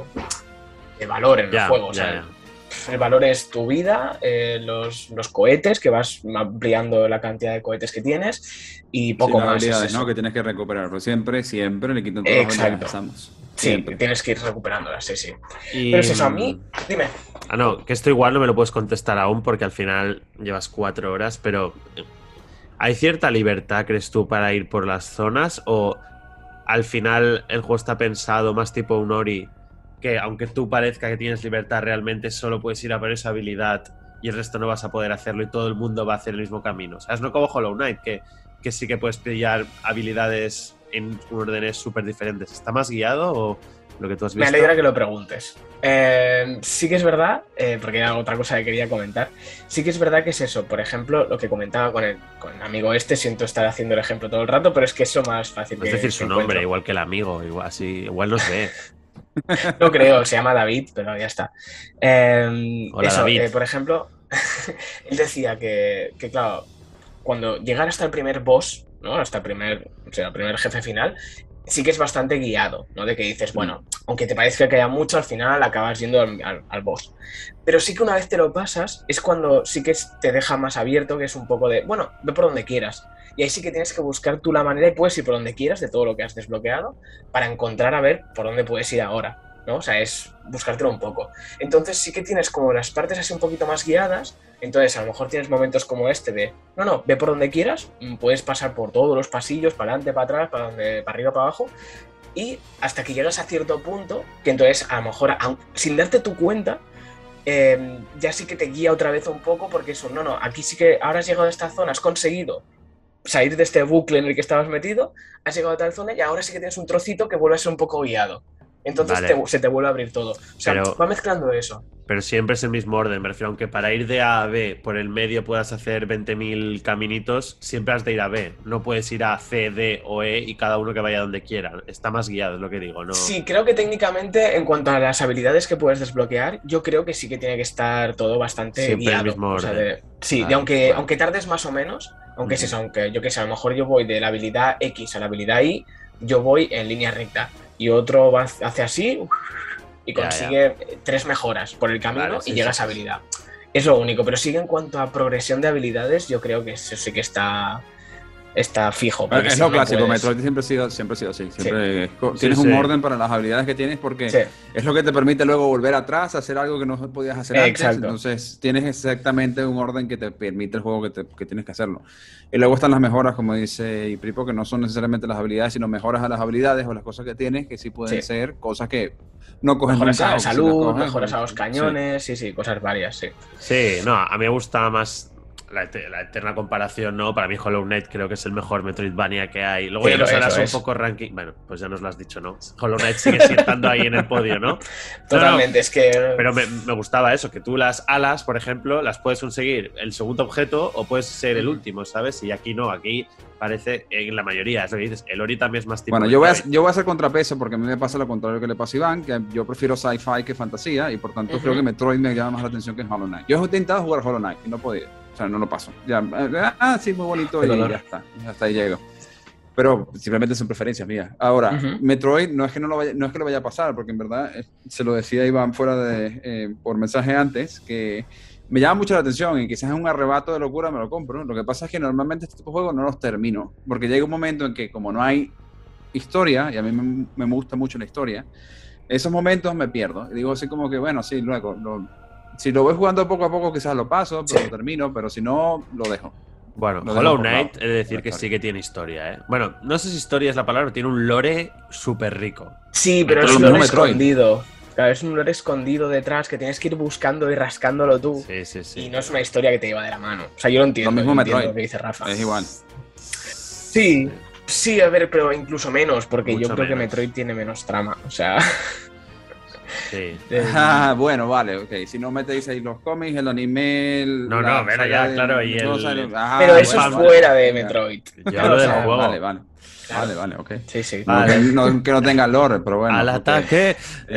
de valor en Ya, el juego. O ya, sea, ya. el valor es tu vida, eh, los, los cohetes, que vas ampliando la cantidad de cohetes que tienes, y Sí, poco las más. habilidades, Es eso. ¿no? Que tienes que recuperar. Pero siempre, siempre le quitan todas las Exacto. habilidades que empezamos. Sí, Siempre. tienes que ir recuperándolas, sí, sí. Y, Pero es eso, a mí, dime. Ah, no, que esto igual no me lo puedes contestar aún porque al final llevas cuatro horas, pero ¿hay cierta libertad, crees tú, para ir por las zonas? ¿O al final el juego está pensado más tipo un Ori, que aunque tú parezca que tienes libertad, realmente solo puedes ir a por esa habilidad y el resto no vas a poder hacerlo y todo el mundo va a hacer el mismo camino? O sea, es no como Hollow Knight, que, que sí que puedes pillar habilidades en órdenes súper diferentes. ¿Está más guiado o lo que tú has Me visto? alegra que lo preguntes. Eh, sí que es verdad, eh, porque era otra cosa que quería comentar, sí que es verdad que es eso. Por ejemplo, lo que comentaba con el, con el amigo este, siento estar haciendo el ejemplo todo el rato, pero es que eso más fácil No que es decir que su encuentro. nombre, igual que el amigo, igual, así, igual nos ve. No creo, se llama David, pero ya está. Eh, Hola, eso, David. eh, por ejemplo, él decía que, que, claro, cuando llegar hasta el primer boss, ¿no? Hasta el primer, o sea, el primer jefe final, sí que es bastante guiado, ¿no? De que dices, bueno, aunque te parezca que haya mucho, al final acabas yendo al, al, al boss. Pero sí que una vez te lo pasas, es cuando sí que te deja más abierto, que es un poco de, bueno, ve por donde quieras. Y ahí sí que tienes que buscar tú la manera y puedes ir por donde quieras de todo lo que has desbloqueado para encontrar a ver por dónde puedes ir ahora, ¿no? O sea, es buscártelo un poco. Entonces sí que tienes como las partes así un poquito más guiadas. Entonces a lo mejor tienes momentos como este de, no, no, ve por donde quieras, puedes pasar por todos los pasillos, para adelante, para atrás, para, donde, para arriba, para abajo, y hasta que llegas a cierto punto, que entonces a lo mejor, sin darte tu cuenta, eh, ya sí que te guía otra vez un poco, porque eso, no, no, aquí sí que ahora has llegado a esta zona, has conseguido salir de este bucle en el que estabas metido, has llegado a tal zona y ahora sí que tienes un trocito que vuelve a ser un poco guiado. Entonces Vale. te, se te vuelve a abrir todo. O sea, Pero- va mezclando eso. Pero siempre es el mismo orden, me refiero, aunque para ir de A a B por el medio puedas hacer veinte mil caminitos, siempre has de ir a B. No puedes ir a C, D o E y cada uno que vaya donde quiera. Está más guiado, es lo que digo, ¿no? Sí, creo que técnicamente, en cuanto a las habilidades que puedes desbloquear, yo creo que sí que tiene que estar todo bastante Siempre el guiado. mismo O sea, orden. de- sí, Vale, de aunque, vale. aunque tardes más o menos, Aunque es eso, aunque yo que sé, a lo mejor yo voy de la habilidad X a la habilidad Y, yo voy en línea recta. Y otro va, hace así uf, y consigue ya, ya. tres mejoras por el camino vale, sí, y llega sí, a esa habilidad. Es lo único, pero sí que en cuanto a progresión de habilidades, yo creo que eso sí que está... está fijo. Es lo clásico, puedes... Metroid siempre ha sido, siempre ha sido así. Siempre sí. Tienes sí, un sí. orden para las habilidades que tienes porque sí. es lo que te permite luego volver atrás, hacer algo que no podías hacer antes. Exacto. Entonces tienes exactamente un orden que te permite el juego que, te, que tienes que hacerlo. Y luego están las mejoras, como dice Ipripo, que no son necesariamente las habilidades, sino mejoras a las habilidades o las cosas que tienes, que sí pueden sí. ser cosas que no cogen mejoras nunca, a la salud, si coges, mejoras a los cañones, sí. sí, sí, cosas varias, sí. Sí, no, a mí me gusta más... La, la eterna comparación, ¿no? Para mí Hollow Knight creo que es el mejor Metroidvania que hay. Luego sí, ya nos harás un poco ranking. Bueno, pues ya nos lo has dicho, ¿no? Hollow Knight sigue estando ahí en el podio, ¿no? Totalmente, no, no, es que... Pero me, me gustaba eso, que tú las alas, por ejemplo, las puedes conseguir el segundo objeto o puedes ser el último, ¿sabes? Y aquí no, aquí parece en la mayoría, es lo que dices. El Ori también es más tipo... Bueno, yo voy, a, yo voy a hacer contrapeso porque a mí me pasa lo contrario que le pasa a Iván, que yo prefiero sci-fi que fantasía y por tanto uh-huh. creo que Metroid me llama más la atención que Hollow Knight. Yo he intentado jugar Hollow Knight y no he podido. O sea, no lo paso. Ya, ah, sí, muy bonito y ya está. Hasta ahí llego. Pero simplemente son preferencias mías. Ahora, uh-huh. Metroid no es que no lo vaya, no es que lo vaya a pasar, porque en verdad eh, se lo decía Iván fuera de eh, por mensaje antes, que me llama mucho la atención y quizás es un arrebato de locura me lo compro. Lo que pasa es que normalmente este tipo de juegos no los termino, porque llega un momento en que como no hay historia, y a mí me, me gusta mucho la historia, esos momentos me pierdo. Y digo así como que, bueno, sí, luego... Lo, si lo voy jugando poco a poco quizás lo paso, pero sí. lo termino, pero si no, lo dejo. Bueno, lo Hollow Knight, he de decir que sí que tiene historia, ¿eh? Bueno, no sé si historia es la palabra, tiene un lore súper rico. Sí, pero, pero es un lore escondido. Claro, es un lore escondido detrás que tienes que ir buscando y rascándolo tú. Sí, sí, sí. Y no es una historia que te lleva de la mano. O sea, yo lo entiendo. Lo mismo Metroid. Lo que dice Rafa. Es igual. Sí, sí, a ver, pero incluso menos, porque Mucho yo creo menos. que Metroid tiene menos trama. O sea... Sí. Ah, bueno, vale, ok. Si no metéis ahí los cómics, el anime. El, no, no, pero ya, de, claro. Y el, el, ah, pero eso bueno, es vale, fuera vale, de Metroid. Yo hablo del juego. Vale, vale. Claro. Vale, vale, ok. Sí, sí. Vale. No, no, que no tenga lore, pero bueno. Al ataque.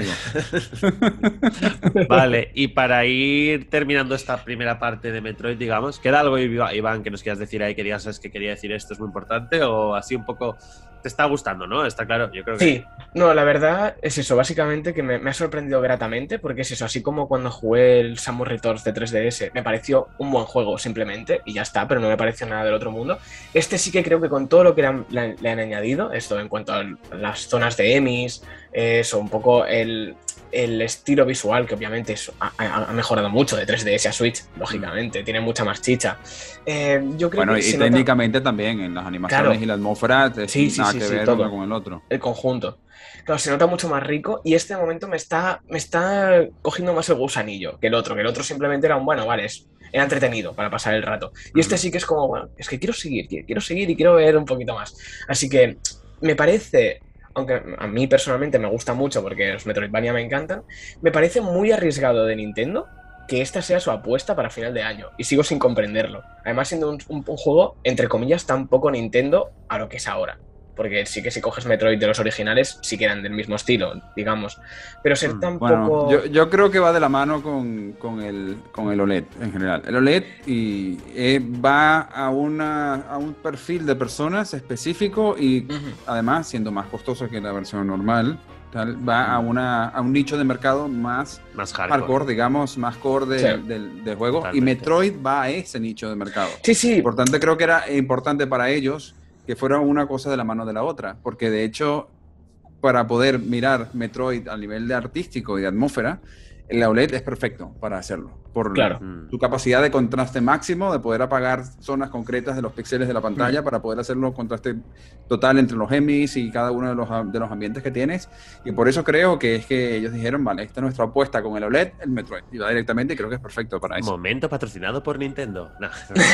Vale, y para ir terminando esta primera parte de Metroid, digamos, ¿queda algo, Iván, que nos quieras decir ahí, que digas, ¿sabes que quería decir esto? ¿Es muy importante? O así un poco... Te está gustando, ¿no? Está claro, yo creo que... Sí, no, la verdad es eso, básicamente que me, me ha sorprendido gratamente, porque es eso, así como cuando jugué el Samus Returns de tres D S, me pareció un buen juego simplemente, y ya está, pero no me pareció nada del otro mundo. Este sí que creo que con todo lo que le han, le, le han añadido, esto en cuanto a las zonas de emis, eso, un poco el... el estilo visual, que obviamente es, ha, ha mejorado mucho de tres D S a Switch, lógicamente, tiene mucha más chicha. Eh, yo creo bueno, que y se técnicamente nota... también, en las animaciones claro. y la atmósfera, es sí, sí, nada sí, que sí, ver todo. uno con el otro. El conjunto. Claro, se nota mucho más rico y este momento me está, me está cogiendo más el gusanillo que el otro, que el otro simplemente era un, bueno, vale, es, era entretenido para pasar el rato. Y este sí que es como, bueno, es que quiero seguir, quiero seguir y quiero ver un poquito más. Así que me parece... aunque a mí personalmente me gusta mucho porque los Metroidvania me encantan, me parece muy arriesgado de Nintendo que esta sea su apuesta para final de año, y sigo sin comprenderlo. Además, siendo un, un, un juego, entre comillas, tan poco Nintendo a lo que es ahora. Porque sí que si coges Metroid de los originales, sí que eran del mismo estilo, digamos. Pero ser tan bueno, poco... Yo, yo creo que va de la mano con, con, el, con el O L E D en general. El O L E D y, eh, va a, una, a un perfil de personas específico y uh-huh. además, siendo más costoso que la versión normal, tal, va uh-huh. a, una, a un nicho de mercado más, más hardcore. hardcore, digamos, más core de, sí. del, del juego. Totalmente. Y Metroid va a ese nicho de mercado. Sí, sí. Por tanto, creo que era importante para ellos que fuera una cosa de la mano de la otra, porque de hecho, para poder mirar Metroid a nivel de artístico y de atmósfera, el O L E D es perfecto para hacerlo, por claro. su capacidad de contraste máximo, de poder apagar zonas concretas de los píxeles de la pantalla mm. para poder hacerlo contraste total entre los emis y cada uno de los, de los ambientes que tienes, y por eso creo que es que ellos dijeron, vale, esta es nuestra apuesta con el O L E D, el Metroid, y va directamente y creo que es perfecto para eso. Momento patrocinado por Nintendo. No,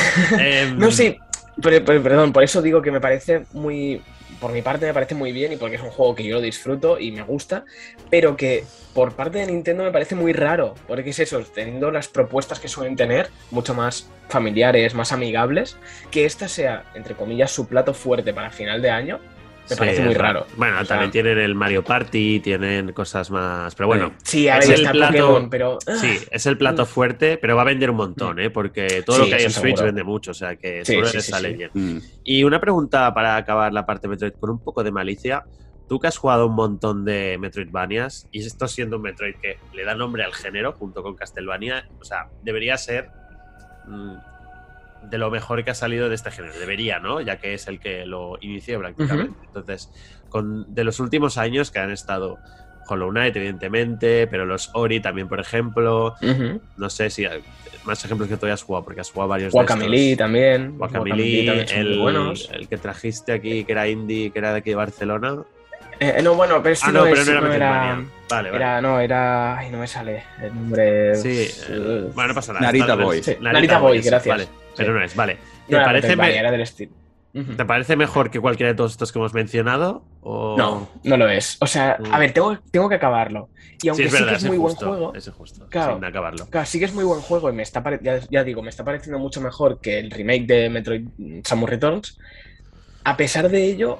eh, no sí, pero, pero, perdón, por eso digo que me parece muy... Por mi parte me parece muy bien y porque es un juego que yo lo disfruto y me gusta, pero que por parte de Nintendo me parece muy raro, porque es eso, teniendo las propuestas que suelen tener, mucho más familiares, más amigables, que esta sea, entre comillas, su plato fuerte para final de año, Me Sí, parece muy es raro. Bueno, O sea, también tienen el Mario Party, tienen cosas más. Pero bueno, sí, ahora es ya el está plato. Pokémon, pero... Sí, es el plato fuerte, pero va a vender un montón, ¿eh? Porque todo Sí, lo que hay eso en Switch seguro. vende mucho, o sea que Sí, seguro sí, les sí, sale sí. bien. Mm. Y una pregunta para acabar la parte de Metroid con un poco de malicia. Tú que has jugado un montón de Metroidvanias, y esto siendo un Metroid que le da nombre al género junto con Castlevania, o sea, debería ser mm, de lo mejor que ha salido de este género. Debería, ¿no? Ya que es el que lo inició prácticamente. Uh-huh. Entonces, con, de los últimos años que han estado Hollow Knight, evidentemente, pero los Ori también, por ejemplo. Uh-huh. No sé si hay más ejemplos que tú hayas jugado, porque has jugado varios Guacamelee de estos. también. Guacamelee también son el, muy buenos. El que trajiste aquí, que era indie, que era de aquí de Barcelona. Eh, no, bueno, pero este ah, no, no, pero es, no era no Metroidvania. era, Vale, vale. Era, no, era... Ay, no me sale el nombre... Sí, eh, bueno, no pasa nada. Narita Boy. Sí, Narita, Narita Boy, gracias. Vale, pero sí. No es, vale. ¿Te no parece me... era del estilo. Uh-huh. ¿Te parece mejor que cualquiera de todos estos que hemos mencionado? O... No, no lo es. O sea, uh-huh. a ver, tengo, tengo que acabarlo. Y aunque sí, es, verdad, sí que es muy justo, buen juego... Es justo, claro, sin acabarlo. Claro, sí que es muy buen juego y me está pare... ya, ya digo, me está pareciendo mucho mejor que el remake de Metroid Samus Returns. A pesar de ello,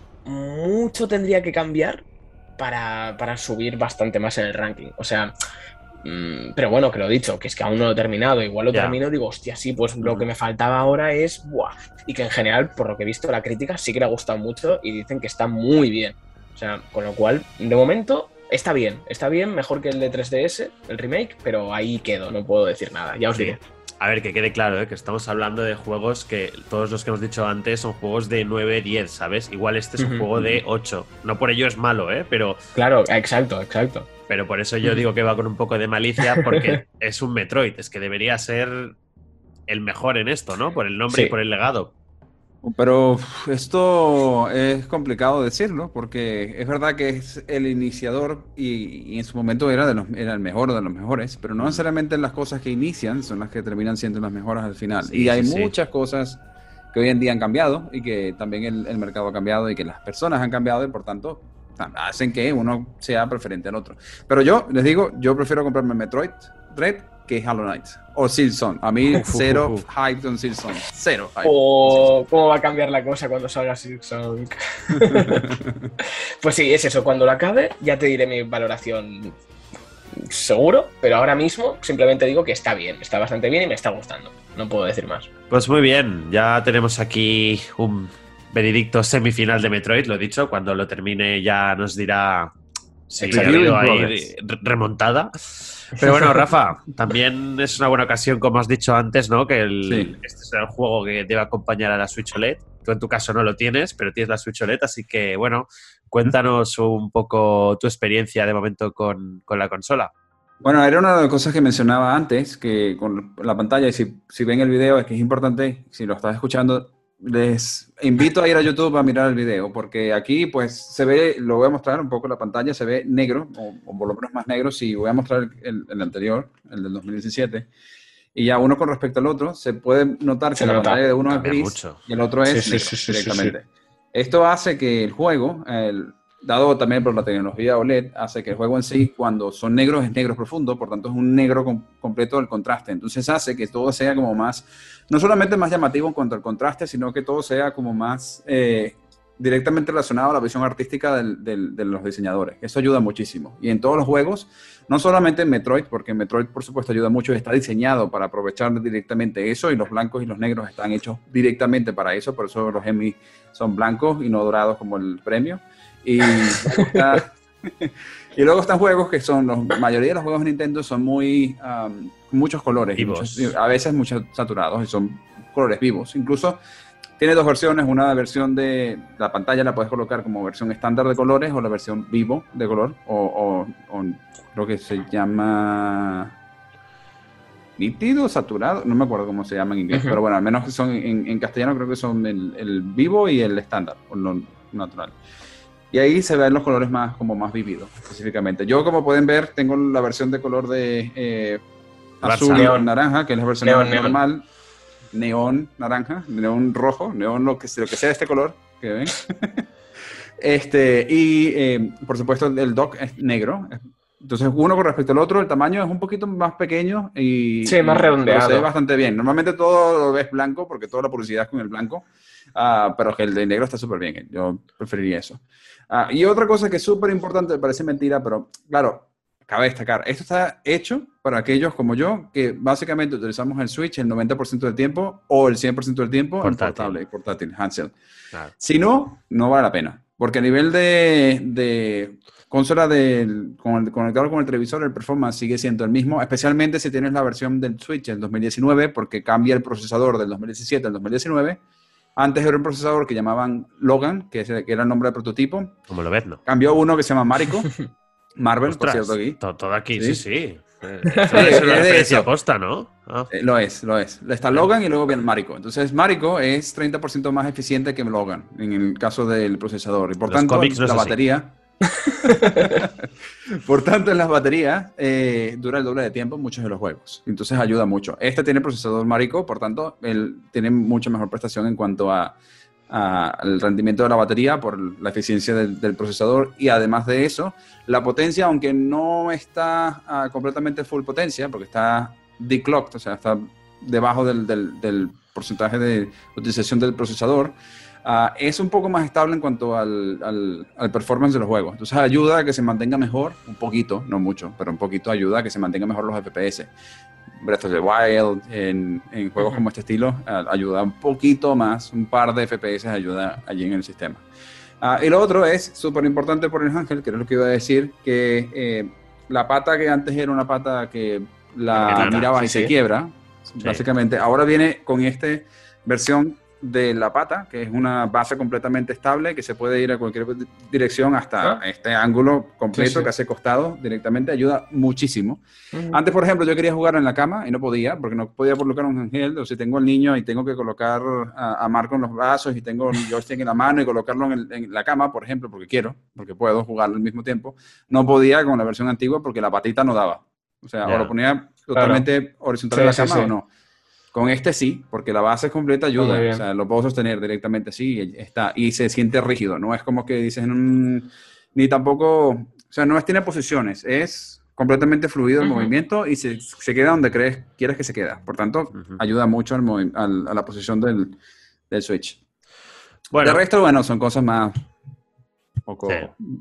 mucho tendría que cambiar Para, para subir bastante más en el ranking. O sea, mmm, pero bueno, que lo he dicho, que es que aún no lo he terminado. Igual lo yeah. termino, digo, hostia, sí, pues uh-huh. lo que me faltaba ahora es buah. Y que en general, por lo que he visto, la crítica sí que le ha gustado mucho y dicen que está muy bien. O sea, con lo cual, de momento, está bien. Está bien, mejor que el de tres D S, el remake, pero ahí quedo, no puedo decir nada. Ya os sí. diré. A ver, que quede claro, ¿eh? Que estamos hablando de juegos que todos los que hemos dicho antes son juegos de nueve, diez, ¿sabes? Igual este es un uh-huh. juego de ocho. No por ello es malo, ¿eh? Pero... Claro, exacto, exacto. Pero por eso yo digo que va con un poco de malicia, porque es un Metroid. Es que debería ser el mejor en esto, ¿no? Por el nombre sí. y por el legado. Pero esto es complicado decirlo, porque es verdad que es el iniciador y, y en su momento era, de los, era el mejor de los mejores, pero no necesariamente las cosas que inician son las que terminan siendo las mejores al final. Sí, y hay sí, muchas sí. cosas que hoy en día han cambiado y que también el, el mercado ha cambiado y que las personas han cambiado y por tanto hacen que uno sea preferente al otro. Pero yo les digo, yo prefiero comprarme Metroid Dread que Hollow Knight o Silksong. A mí uf, cero uf, uf. hype con Silksong. Cero hype. Oh, ¿cómo va a cambiar la cosa cuando salga Silksong? Pues sí, es eso. Cuando lo acabe ya te diré mi valoración seguro, pero ahora mismo simplemente digo que está bien, está bastante bien y me está gustando. No puedo decir más. Pues muy bien, ya tenemos aquí un veredicto semifinal de Metroid, lo he dicho. Cuando lo termine ya nos dirá si ha habido ahí remontada. Pero bueno, Rafa, también es una buena ocasión, como has dicho antes, ¿no? Que el, sí. este es el juego que debe acompañar a la Switch O L E D. Tú en tu caso no lo tienes, pero tienes la Switch O L E D, así que bueno, cuéntanos un poco tu experiencia de momento con, con la consola. Bueno, era una de las cosas que mencionaba antes, que con la pantalla, y si, si ven el video, es que es importante, si lo estás escuchando, les invito a ir a YouTube a mirar el video, porque aquí pues se ve, lo voy a mostrar un poco la pantalla, se ve negro, o, o por lo menos más negro, si voy a mostrar el, el, el anterior, el del dos mil diecisiete, y ya uno con respecto al otro, se puede notar que se la nota. Pantalla de uno es gris mucho. Y el otro es sí, negro sí, sí, directamente. Sí, sí, sí. Esto hace que el juego, el, dado también por la tecnología O L E D, hace que el juego en sí, cuando son negros, es negro profundo, por tanto es un negro com completo del contraste. Entonces hace que todo sea como más, no solamente más llamativo en cuanto al contraste, sino que todo sea como más eh, directamente relacionado a la visión artística del, del, de los diseñadores. Eso ayuda muchísimo. Y en todos los juegos, no solamente en Metroid, porque Metroid por supuesto ayuda mucho, está diseñado para aprovechar directamente eso, y los blancos y los negros están hechos directamente para eso, por eso los Emmy son blancos y no dorados como el premio. Y luego, está, y luego están juegos que son, la mayoría de los juegos de Nintendo son muy, um, muchos colores, muchos, a veces muchos saturados y son colores vivos. Incluso tiene dos versiones, una versión de la pantalla la puedes colocar como versión estándar de colores o la versión vivo de color, o, o, o lo que se llama nítido, saturado, no me acuerdo cómo se llama en inglés, uh-huh. pero bueno, al menos son en, en castellano creo que son el, el vivo y el estándar, o lo natural. Y ahí se ven los colores más, como más vividos, específicamente. Yo, como pueden ver, tengo la versión de color de eh, azul neón naranja, que es la versión neón, normal. Neón. Neón naranja, neón rojo, neón lo que, lo que sea de este color, que ven. este, y, eh, por supuesto, el dock es negro, es Entonces, uno con respecto al otro, el tamaño es un poquito más pequeño y... Sí, más y, redondeado. Se ve bastante bien. Normalmente todo lo ves blanco porque toda la publicidad es con el blanco, uh, pero que el de negro está súper bien. Yo preferiría eso. Uh, y otra cosa que es súper importante, me parece mentira, pero claro, cabe destacar, esto está hecho para aquellos como yo que básicamente utilizamos el Switch el noventa por ciento del tiempo o el cien por ciento del tiempo portátil. en portable, portátil, handheld. Claro. Si no, no vale la pena. Porque a nivel de, de consola del, con el, conectado con el televisor, el performance sigue siendo el mismo, especialmente si tienes la versión del Switch del dos mil diecinueve, porque cambia el procesador del dos mil diecisiete al dos mil diecinueve. Antes era un procesador que llamaban Logan, que, es, que era el nombre del prototipo. Como lo ves, ¿no? Cambió uno que se llama Marico. Marvel, Ostras, por cierto, aquí. Todo, todo aquí, sí, sí, sí. sí. Eh, Sí, es una es de referencia eso. posta, ¿no? Ah. Eh, lo es, lo es. Está Logan y luego viene Marico. Entonces, Marico es treinta por ciento más eficiente que Logan en el caso del procesador. Y por Los tanto, cómics no es la así. batería... por tanto, en las baterías eh, dura el doble de tiempo en muchos de los juegos. Entonces, ayuda mucho. Este tiene procesador Marico, por tanto, él tiene mucha mejor prestación en cuanto a, a al rendimiento de la batería por la eficiencia del, del procesador. Y además de eso, la potencia, aunque no está uh, completamente full potencia, porque está declocked, o sea, está debajo del, del, del porcentaje de utilización del procesador, uh, es un poco más estable en cuanto al, al, al performance de los juegos. Entonces ayuda a que se mantenga mejor, un poquito, no mucho, pero un poquito ayuda a que se mantenga mejor los F P S. Breath of the Wild, en, en juegos uh-huh. como este estilo, uh, ayuda un poquito más, un par de F P S ayuda allí en el sistema. Uh, y lo otro es súper importante por el handheld, que es lo que iba a decir, que eh, la pata que antes era una pata que la Nada, mirabas sí, y sí. se quiebra, Sí. básicamente, ahora viene con esta versión de la pata, que es una base completamente estable, que se puede ir a cualquier dirección hasta ¿Ah? este ángulo completo Sí, sí. que hace costado directamente, ayuda muchísimo. Uh-huh. Antes, por ejemplo, yo quería jugar en la cama y no podía, porque no podía colocar un handheld, o si tengo el niño y tengo que colocar a, a Marco en los brazos y tengo el joystick en la mano y colocarlo en, el, en la cama, por ejemplo, porque quiero, porque puedo jugarlo al mismo tiempo, no podía con la versión antigua porque la patita no daba. O sea, Ya. o lo ponía totalmente Claro. horizontal Sí, en la sí, cama sí. o no. Con este sí, porque la base completa Muy ayuda, bien. o sea, lo puedo sostener directamente así y está, y se siente rígido, no es como que dices, mm, ni tampoco, o sea, no es tiene posiciones, es completamente fluido el Uh-huh. movimiento y se, se queda donde crees, quieres que se queda, por tanto, Uh-huh. ayuda mucho al movi- al, a la posición del, del Switch. Bueno, De resto, bueno, son cosas más un poco... Sí.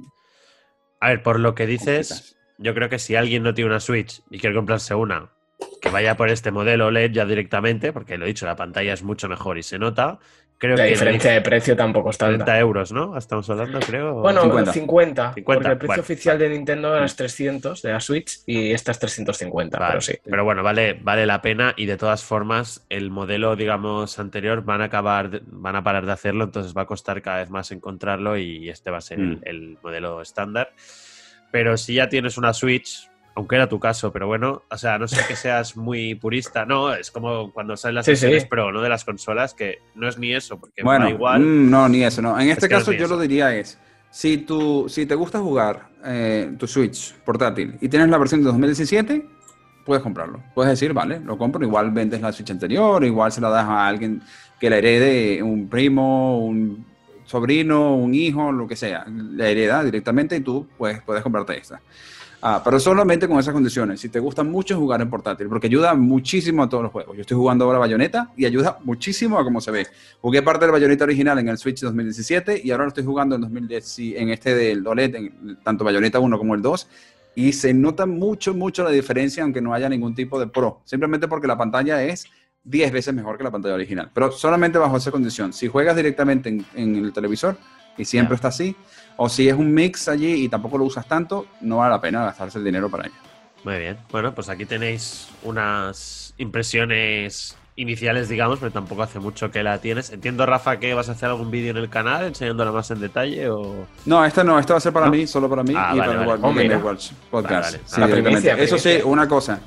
a ver, por lo que dices, Complicadas. yo creo que si alguien no tiene una Switch y quiere comprarse una, que vaya por este modelo O L E D ya directamente, porque lo he dicho, la pantalla es mucho mejor y se nota. Creo La que diferencia de precio tampoco es tanta. treinta euros, ¿no? Estamos hablando, creo. Bueno, cincuenta. cincuenta, cincuenta, porque el precio bueno, oficial vale. de Nintendo es trescientos de la Switch y esta es trescientos cincuenta, Vale, pero sí. pero bueno, vale, vale la pena y de todas formas el modelo, digamos, anterior van a acabar, de- van a parar de hacerlo, entonces va a costar cada vez más encontrarlo y este va a ser Mm. el, el modelo estándar. Pero si ya tienes una Switch, aunque era tu caso, pero bueno, o sea, no sé que seas muy purista, no, es como cuando salen las Sí, versiones sí. Pro, ¿no? De las consolas, que no es ni eso, porque Bueno, da igual. mm, no, ni eso, no. En este Es que no es caso ni yo eso. lo diría es, si, tú, si te gusta jugar eh, tu Switch portátil y tienes la versión de dos mil diecisiete, puedes comprarlo. Puedes decir, vale, lo compro, igual vendes la Switch anterior, igual se la das a alguien que la herede, un primo, un sobrino, un hijo, lo que sea. La hereda directamente y tú puedes, puedes comprarte esta. Ah, pero solamente con esas condiciones. Si te gusta mucho jugar en portátil, porque ayuda muchísimo a todos los juegos. Yo estoy jugando ahora Bayonetta y ayuda muchísimo a cómo se ve. Jugué parte del Bayonetta original en el Switch dos mil diecisiete y ahora lo estoy jugando en, dos mil diez, en este del O L E D, en tanto Bayonetta uno como el dos. Y se nota mucho, mucho la diferencia, aunque no haya ningún tipo de pro. Simplemente porque la pantalla es diez veces mejor que la pantalla original. Pero solamente bajo esa condición. Si juegas directamente en, en el televisor y siempre Ya. está así, o si es un mix allí y tampoco lo usas tanto, no vale la pena gastarse el dinero para ello. Muy bien. Bueno, pues aquí tenéis unas impresiones iniciales, digamos, pero tampoco hace mucho que la tienes. Entiendo, Rafa, que vas a hacer algún vídeo en el canal enseñándola más en detalle o... No, esta no, esta va a ser para ¿No? mí, solo para mí Ah, y vale, para vale. el Oh, Game mira. Watch Podcast. Vale, vale. Sí, La directamente. primicia, Eso sí, primicia. una cosa.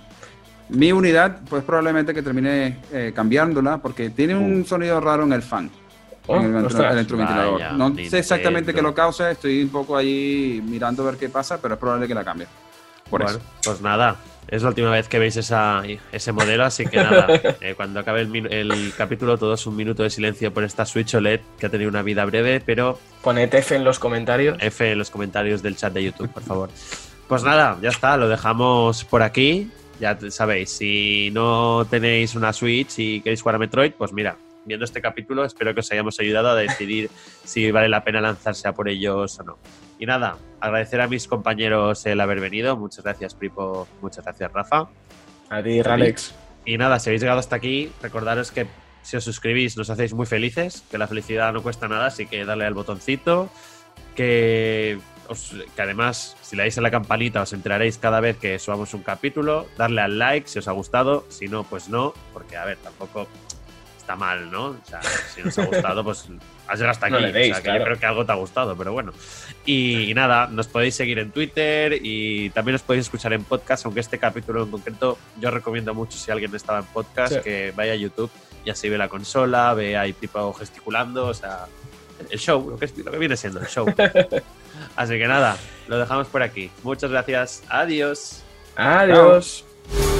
Mi unidad, pues probablemente que termine eh, cambiándola porque tiene un sonido raro en el fan. Oh, en el, ventro- ostras. el electroventilador. Vaya, no Nintendo. sé exactamente qué lo causa, estoy un poco ahí mirando a ver qué pasa, pero es probable que la cambie. Por Bueno, eso. pues nada, es la última vez que veis esa, ese modelo, así que nada, eh, cuando acabe el, min- el capítulo, todos un minuto de silencio por esta Switch O L E D que ha tenido una vida breve, pero Poned F en los comentarios. F en los comentarios del chat de YouTube, por favor. Pues nada, ya está, lo dejamos por aquí. Ya sabéis, si no tenéis una Switch y queréis jugar a Metroid, pues mira, viendo este capítulo espero que os hayamos ayudado a decidir si vale la pena lanzarse a por ellos o no. Y nada, agradecer a mis compañeros el haber venido. Muchas gracias, Pripo. Muchas gracias, Rafa. A ti, Ralex. Y nada, si habéis llegado hasta aquí, recordaros que si os suscribís nos hacéis muy felices, que la felicidad no cuesta nada, así que darle al botoncito, que, os, que además si le dais a la campanita os enteraréis cada vez que subamos un capítulo, darle al like si os ha gustado, si no, pues no, porque a ver, tampoco está mal, ¿no? O sea, si nos ha gustado, pues has llegado hasta aquí, no le deis, o sea, que claro. yo creo que algo te ha gustado, pero bueno. Y, y nada, nos podéis seguir en Twitter y también os podéis escuchar en podcast, aunque este capítulo en concreto yo recomiendo mucho si alguien estaba en podcast Sí. que vaya a YouTube y así ve la consola, ve ahí Pipo gesticulando, o sea, el show, lo que, es, lo que viene siendo el show. Así que nada, lo dejamos por aquí. Muchas gracias, adiós. Adiós.